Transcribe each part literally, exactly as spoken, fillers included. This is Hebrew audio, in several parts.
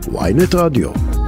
וויינט רדיו.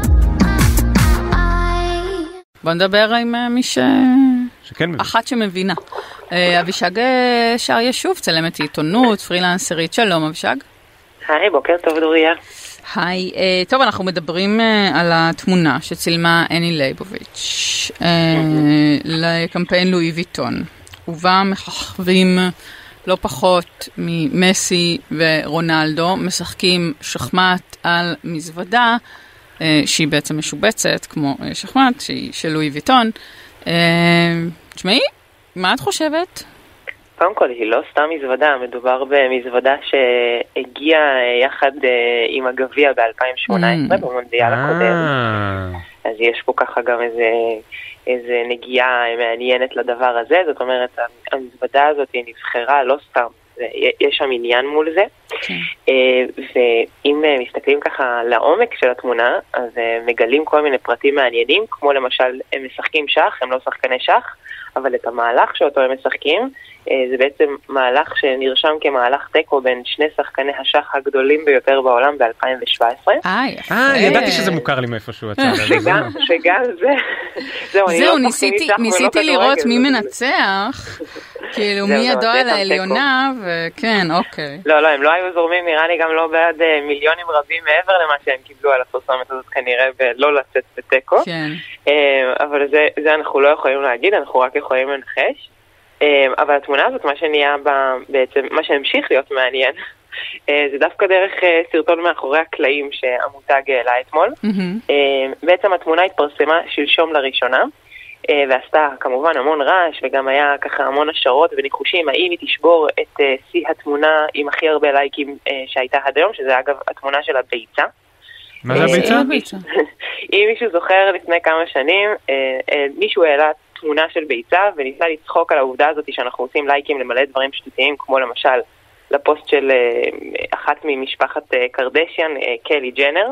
בוא נדבר עם מי ש... שכן מבין. אחת שמבינה. אבישג שר ישוב, צלמת עיתונות, פרילנסרית. שלום אבישג. היי, בוקר טוב דוריה. היי, טוב, אנחנו מדברים על התמונה שצילמה אני ליבוביץ' לקמפיין לואי ויטון, ובה מככבים לא פחות ממסי ורונלדו, משחקים שחמט על מזוודה שהיא בעצם משובצת כמו שחמט שהיא של לואי ויטון. תשמעי, מה את חושבת? קודם כל, היא לא סתם מזוודה, מדובר במזוודה שהגיעה יחד עם הגביע ב-אלפיים שמונה עשרה במונדיאל הקודם. אז יש פה ככה גם איזה, איזה נגיעה מעניינת לדבר הזה, זאת אומרת, המזוודה הזאת היא נבחרה לא סתם, יש שם עניין מול זה. ואם מסתכלים ככה לעומק של התמונה, אז מגלים כל מיני פרטים מעניינים, כמו למשל הם משחקים שח, הם לא שחקני שח, אבל את המהלך שאותו הם משחקים, זה בעצם מהלך שנרשם כמהלך טקו בין שני שחקני השח הגדולים ביותר בעולם ב-אלפיים שבע עשרה. אה, ידעתי שזה מוכר לי מאיפשהו. שגם, שגם זה. זהו, ניסיתי לראות מי מנצח, כאילו מי ידו על העליונה, וכן, אוקיי. לא, לא, הם לא היו זורמים, נראה לי גם לא בעד מיליונים רבים מעבר למה שהם קיבלו על הפרסומת הזאת, כנראה ולא לצאת בטקו. כן. אבל זה אנחנו לא יכולים להגיד, אנחנו רק יכולים לנחש. אבל התמונה הזאת, מה שנהיה בה, בעצם, מה שהמשיך להיות מעניין, זה דווקא דרך סרטון מאחורי הקלעים שהמותג העלה אתמול. בעצם התמונה התפרסמה שלשום לראשונה, ועשתה כמובן המון רעש, וגם היה ככה המון השערות וניחושים, האם היא תשבור את שיא התמונה עם הכי הרבה לייקים שהייתה עד היום, שזה אגב התמונה של הביצה. מה זה הביצה? אם מישהו זוכר לפני כמה שנים, מישהו העלה תמונה של ביצה, וניסה לצחוק על העובדה הזאת שאנחנו עושים לייקים למלא דברים שטותיים, כמו למשל לפוסט של אחת ממשפחת קרדשיאן, קלי ג'נר,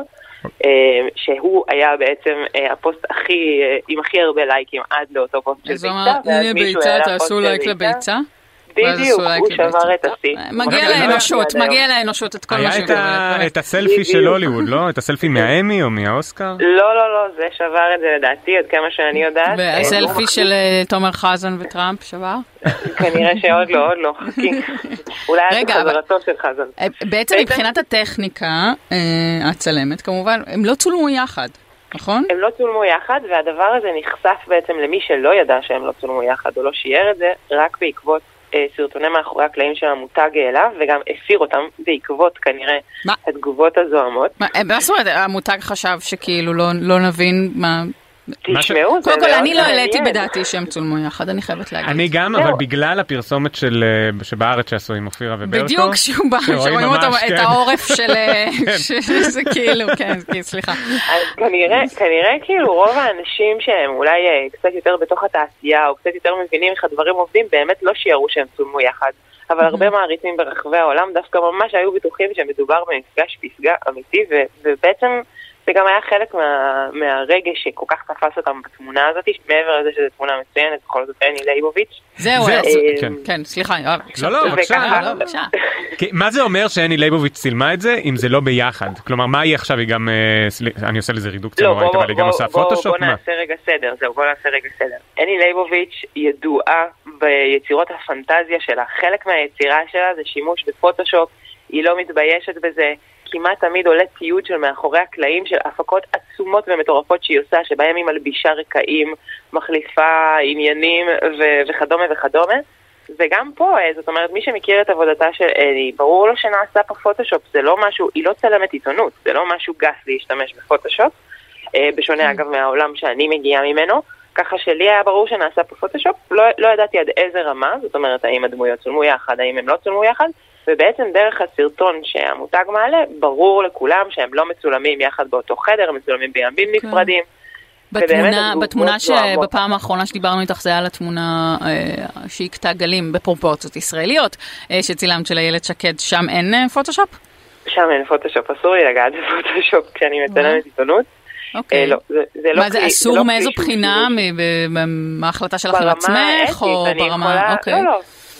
שהוא היה בעצם הפוסט הכי, עם הכי הרבה לייקים עד לאותו פוסט של ביצה. הנה ביצה, תעשו לייק לביצה. בדיוק, הוא שבר את השיא. מגיע לאנושות, מגיע לאנושות את כל מה שקורה. היה את הסלפי של הוליווד, לא? את הסלפי מהאמי או מהאוסקר? לא, לא, לא, זה שבר את זה לדעתי, עד כמה שאני יודעת. והסלפי של תומר חזן וטראמפ שבר? כנראה שעוד לא, עוד לא, חכי. אולי עד חזרתו של חזן. בעצם מבחינת הטכניקה, הצלמת, כמובן, הם לא צולמו יחד. נכון? הם לא צולמו יחד, והדבר הזה נחשף בעצם למי שלא ידע שהם לא צולמו יחד, או לא שייר את זה, רק בעקבות סרטוני מאחורי הקלעים של המותג אליו, וגם הסיר אותם בעקבות כנראה התגובות הזוהמות. מה זאת אומרת, המותג חשב שכאילו לא נבין מה... תשמעו, קודם כל, אני לא העליתי בדעתי שהם צולמו יחד, אני חייבת להגיד. אני גם, אבל בגלל הפרסומת שבארץ שעשו עם אופירה וברקו. בדיוק, שרואים אותו, את העורף של... זה כאילו, כן, סליחה. אז כנראה כאילו רוב האנשים שהם אולי קצת יותר בתוך התעשייה, או קצת יותר מבינים איך הדברים עובדים, באמת לא שיערו שהם צולמו יחד. אבל הרבה מעריצים ברחבי העולם דווקא ממש היו בטוחים שמדובר במפגש פסגה אמיתי, ובעצם... זה גם היה חלק מה, מהרגש שכל כך תפס אותם בתמונה הזאת, מעבר לזה שזו תמונה מצוינת, בכל זאת אני ליבוביץ'. זהו, כן, סליחה, יואב. לא, לא, בבקשה. מה זה אומר שאני ליבוביץ' צילמה את זה, אם זה לא ביחד? כלומר, מה היא עכשיו, היא גם, אני עושה לזה רידוקציה נוראית, אבל היא גם עושה פוטושופ? בוא נעשה רגע סדר, זהו, בוא נעשה רגע סדר. אני ליבוביץ' ידועה ביצירות הפנטזיה שלה, חלק מהיצירה שלה זה שימוש בפוטושופ, היא לא מתביישת בזה, כמעט תמיד עולה ציוד של מאחורי הקלעים של הפקות עצומות ומטורפות שהיא עושה, שבהם היא מלבישה רקעים, מחליפה עניינים ו- וכדומה וכדומה. וגם פה, זאת אומרת, מי שמכיר את עבודתה של אלי, ברור לו שנעשה פה פוטושופ, זה לא משהו, היא לא צלמת עיתונות, זה לא משהו גס להשתמש בפוטושופ, בשונה אגב מהעולם שאני מגיעה ממנו, ככה שלי היה ברור שנעשה פה פוטושופ, לא, לא ידעתי עד איזה רמה, זאת אומרת, האם הדמויות צולמו יחד, האם הם לא צולמו יחד, ובעצם דרך הסרטון שהמותג מעלה, ברור לכולם שהם לא מצולמים יחד באותו חדר, הם מצולמים בימים נפרדים. בתמונה, בתמונה שבפעם האחרונה שדיברנו איתך, זה היה לתמונה שהיא קטע גלים בפרופורציות ישראליות, שצילמת של הילד שקד, שם אין פוטושופ? שם אין פוטושופ, אסור לי לגעת בפוטושופ כשאני מצלמת עיתונות. אוקיי. מה זה אסור מאיזו בחינה? מההחלטה שלך עם עצמך או ברמה? לא, לא.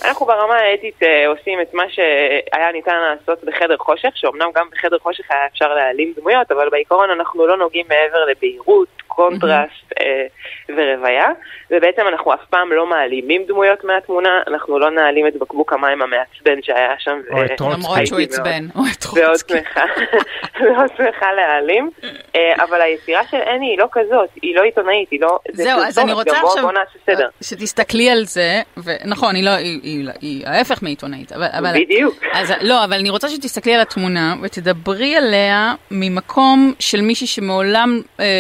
אנחנו ברמה האתית עושים את מה שהיה ניתן לעשות בחדר חושך, שאומנם גם בחדר חושך היה אפשר להעלים דמויות, אבל בעיקרון אנחנו לא נוגעים מעבר לבהירות, קונטרסט ורוויה, ובעצם אנחנו אף פעם לא מעלימים דמויות מהתמונה, אנחנו לא נעלים את בקבוק המים המעצבן שהיה שם. או את טרוצקי. למרות שהוא עצבן. ועוד שמחה, ועוד שמחה להעלים, אבל היצירה של אני היא לא כזאת, היא לא עיתונאית, היא לא... זהו, אז אני רוצה עכשיו שתסתכלי על זה, ונכון, היא ההפך מעיתונאית. בדיוק. לא, אבל אני רוצה שתסתכלי על התמונה, ותדברי עליה ממקום של מישהי שמעולם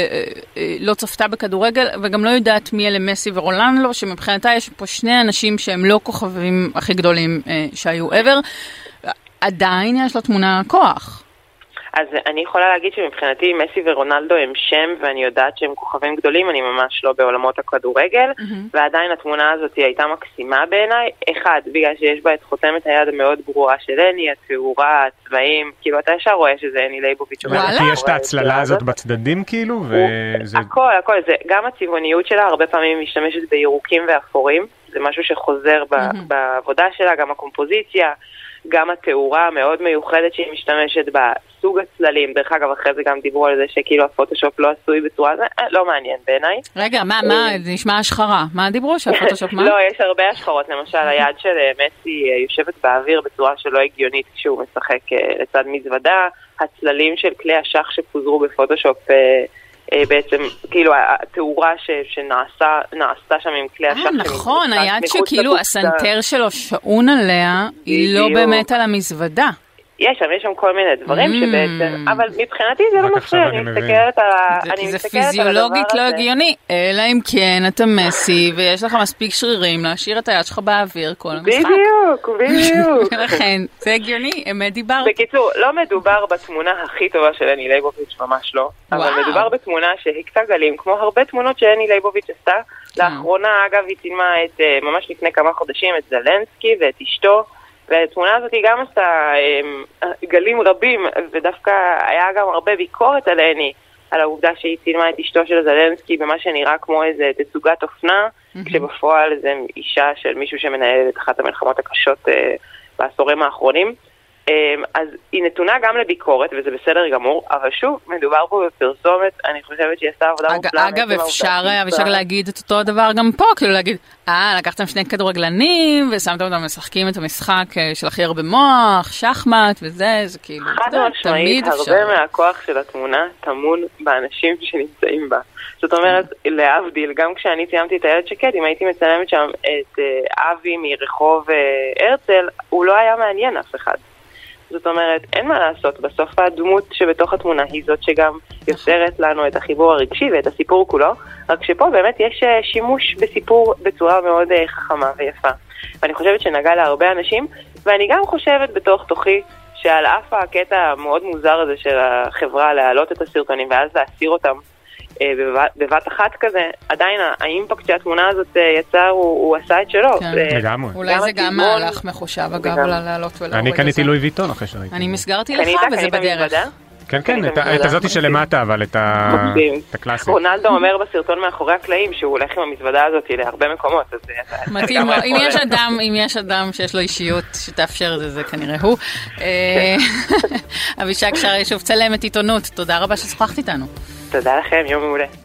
לא צפתה בכדורגל, וגם לא יודעת מי אלה מסי ורולנדו, שמבחינתה יש פה שני אנשים שהם לא כוכבים הכי גדולים שהיו ever, עדיין יש לה תמונה כוח. אז אני יכולה להגיד שמבחינתי מסי ורונלדו הם שם, ואני יודעת שהם כוכבים גדולים, אני ממש לא בעולמות הכדורגל, mm-hmm. ועדיין התמונה הזאת הייתה מקסימה בעיניי. אחד, בגלל שיש בה את חותמת היד המאוד ברורה של אני, התאורה, הצבעים, כאילו אתה ישר רואה שזה אני ליבוביץ'. כי יש את ההצללה הזאת בצדדים כאילו? וזה... הכל, הכל, זה, גם הצבעוניות שלה הרבה פעמים משתמשת בירוקים ואפורים, זה משהו שחוזר ב, mm-hmm. בעבודה שלה, גם הקומפוזיציה, גם התאורה מאוד מיוחדת שהיא משתמשת בה, סוג הצללים, דרך אגב אחרי זה גם דיברו על זה שכאילו הפוטושופ לא עשוי בצורה, זה לא מעניין בעיניי. רגע, מה, מה, זה נשמע השחרה, מה דיברו שהפוטושופ מה? לא, יש הרבה השחרות, למשל היד של מסי יושבת באוויר בצורה שלא הגיונית כשהוא משחק לצד מזוודה, הצללים של כלי השח שפוזרו בפוטושופ בעצם, כאילו, התאורה שנעשה, נעשתה שם עם כלי השח. נכון, היד שכאילו הסנטר שלו שעון עליה, היא לא באמת על המזוודה. יש שם, יש שם כל מיני דברים שבעצם, אבל מבחינתי זה לא מפריע, אני מסתכלת על הדבר הזה. זה פיזיולוגית לא הגיוני, אלא אם כן אתה מסי, ויש לך מספיק שרירים להשאיר את היד שלך באוויר כל המשחק. בדיוק, בדיוק. לכן, זה הגיוני, אמת דיברת. בקיצור, לא מדובר בתמונה הכי טובה של אני ליבוביץ', ממש לא, אבל מדובר בתמונה שהקטה גלים, כמו הרבה תמונות שאני ליבוביץ' עשתה. לאחרונה, אגב, היא צילמה את, ממש לפני כמה חודשים, את זלנסקי ואת אשתו, והתמונה הזאת היא גם עשתה גלים רבים, ודווקא היה גם הרבה ביקורת על אני, על העובדה שהיא צילמה את אשתו של זלנסקי במה שנראה כמו איזה תצוגת אופנה, mm-hmm. כשבפועל זה אישה של מישהו שמנהל את אחת המלחמות הקשות בעשורים האחרונים. אז היא נתונה גם לביקורת, וזה בסדר גמור, אבל שוב, מדובר פה בפרסומת, אני חושבת שהיא עשתה עבודה מופלאה. אגב, אפשר, אפשר להגיד את אותו הדבר גם פה, כאילו להגיד, אה, לקחתם שני כדורגלנים, ושמתם אותם משחקים את המשחק של הכי הרבה מוח, שחמט וזה, זה כאילו, חד משמעית, הרבה מהכוח של התמונה תמון באנשים שנמצאים בה. זאת אומרת, להבדיל, גם כשאני ציימתי את הילד שקד, אם הייתי מצלמת שם את אבי מרחוב הרצל, הוא לא היה מעניין אף אחד. זאת אומרת, אין מה לעשות, בסוף הדמות שבתוך התמונה היא זאת שגם יוצרת לנו את החיבור הרגשי ואת הסיפור כולו, רק שפה באמת יש שימוש בסיפור בצורה מאוד חכמה ויפה. ואני חושבת שנגע להרבה אנשים, ואני גם חושבת בתוך תוכי שעל אף הקטע המאוד מוזר הזה של החברה להעלות את הסרטונים ואז להסיר אותם בבת אחת כזה, עדיין האימפקט שהתמונה הזאת יצר, הוא עשה את שלו. אולי זה גם מהלך מחושב אגב להעלות ולהוריד. אני קניתי לואי ויטון אחרי שראיתי. אני מסגרתי לך וזה בדרך. כן, כן, את הזאתי שלמטה, אבל את הקלאסית. רונלדו אומר בסרטון מאחורי הקלעים שהוא הולך עם המזוודה הזאת להרבה מקומות. מתאים, אם יש אדם שיש לו אישיות שתאפשר את זה, זה כנראה הוא. אבישג שרי, שוב צלמת עיתונות, תודה רבה ששוחחת איתנו. תודה לכם, יום מעולה.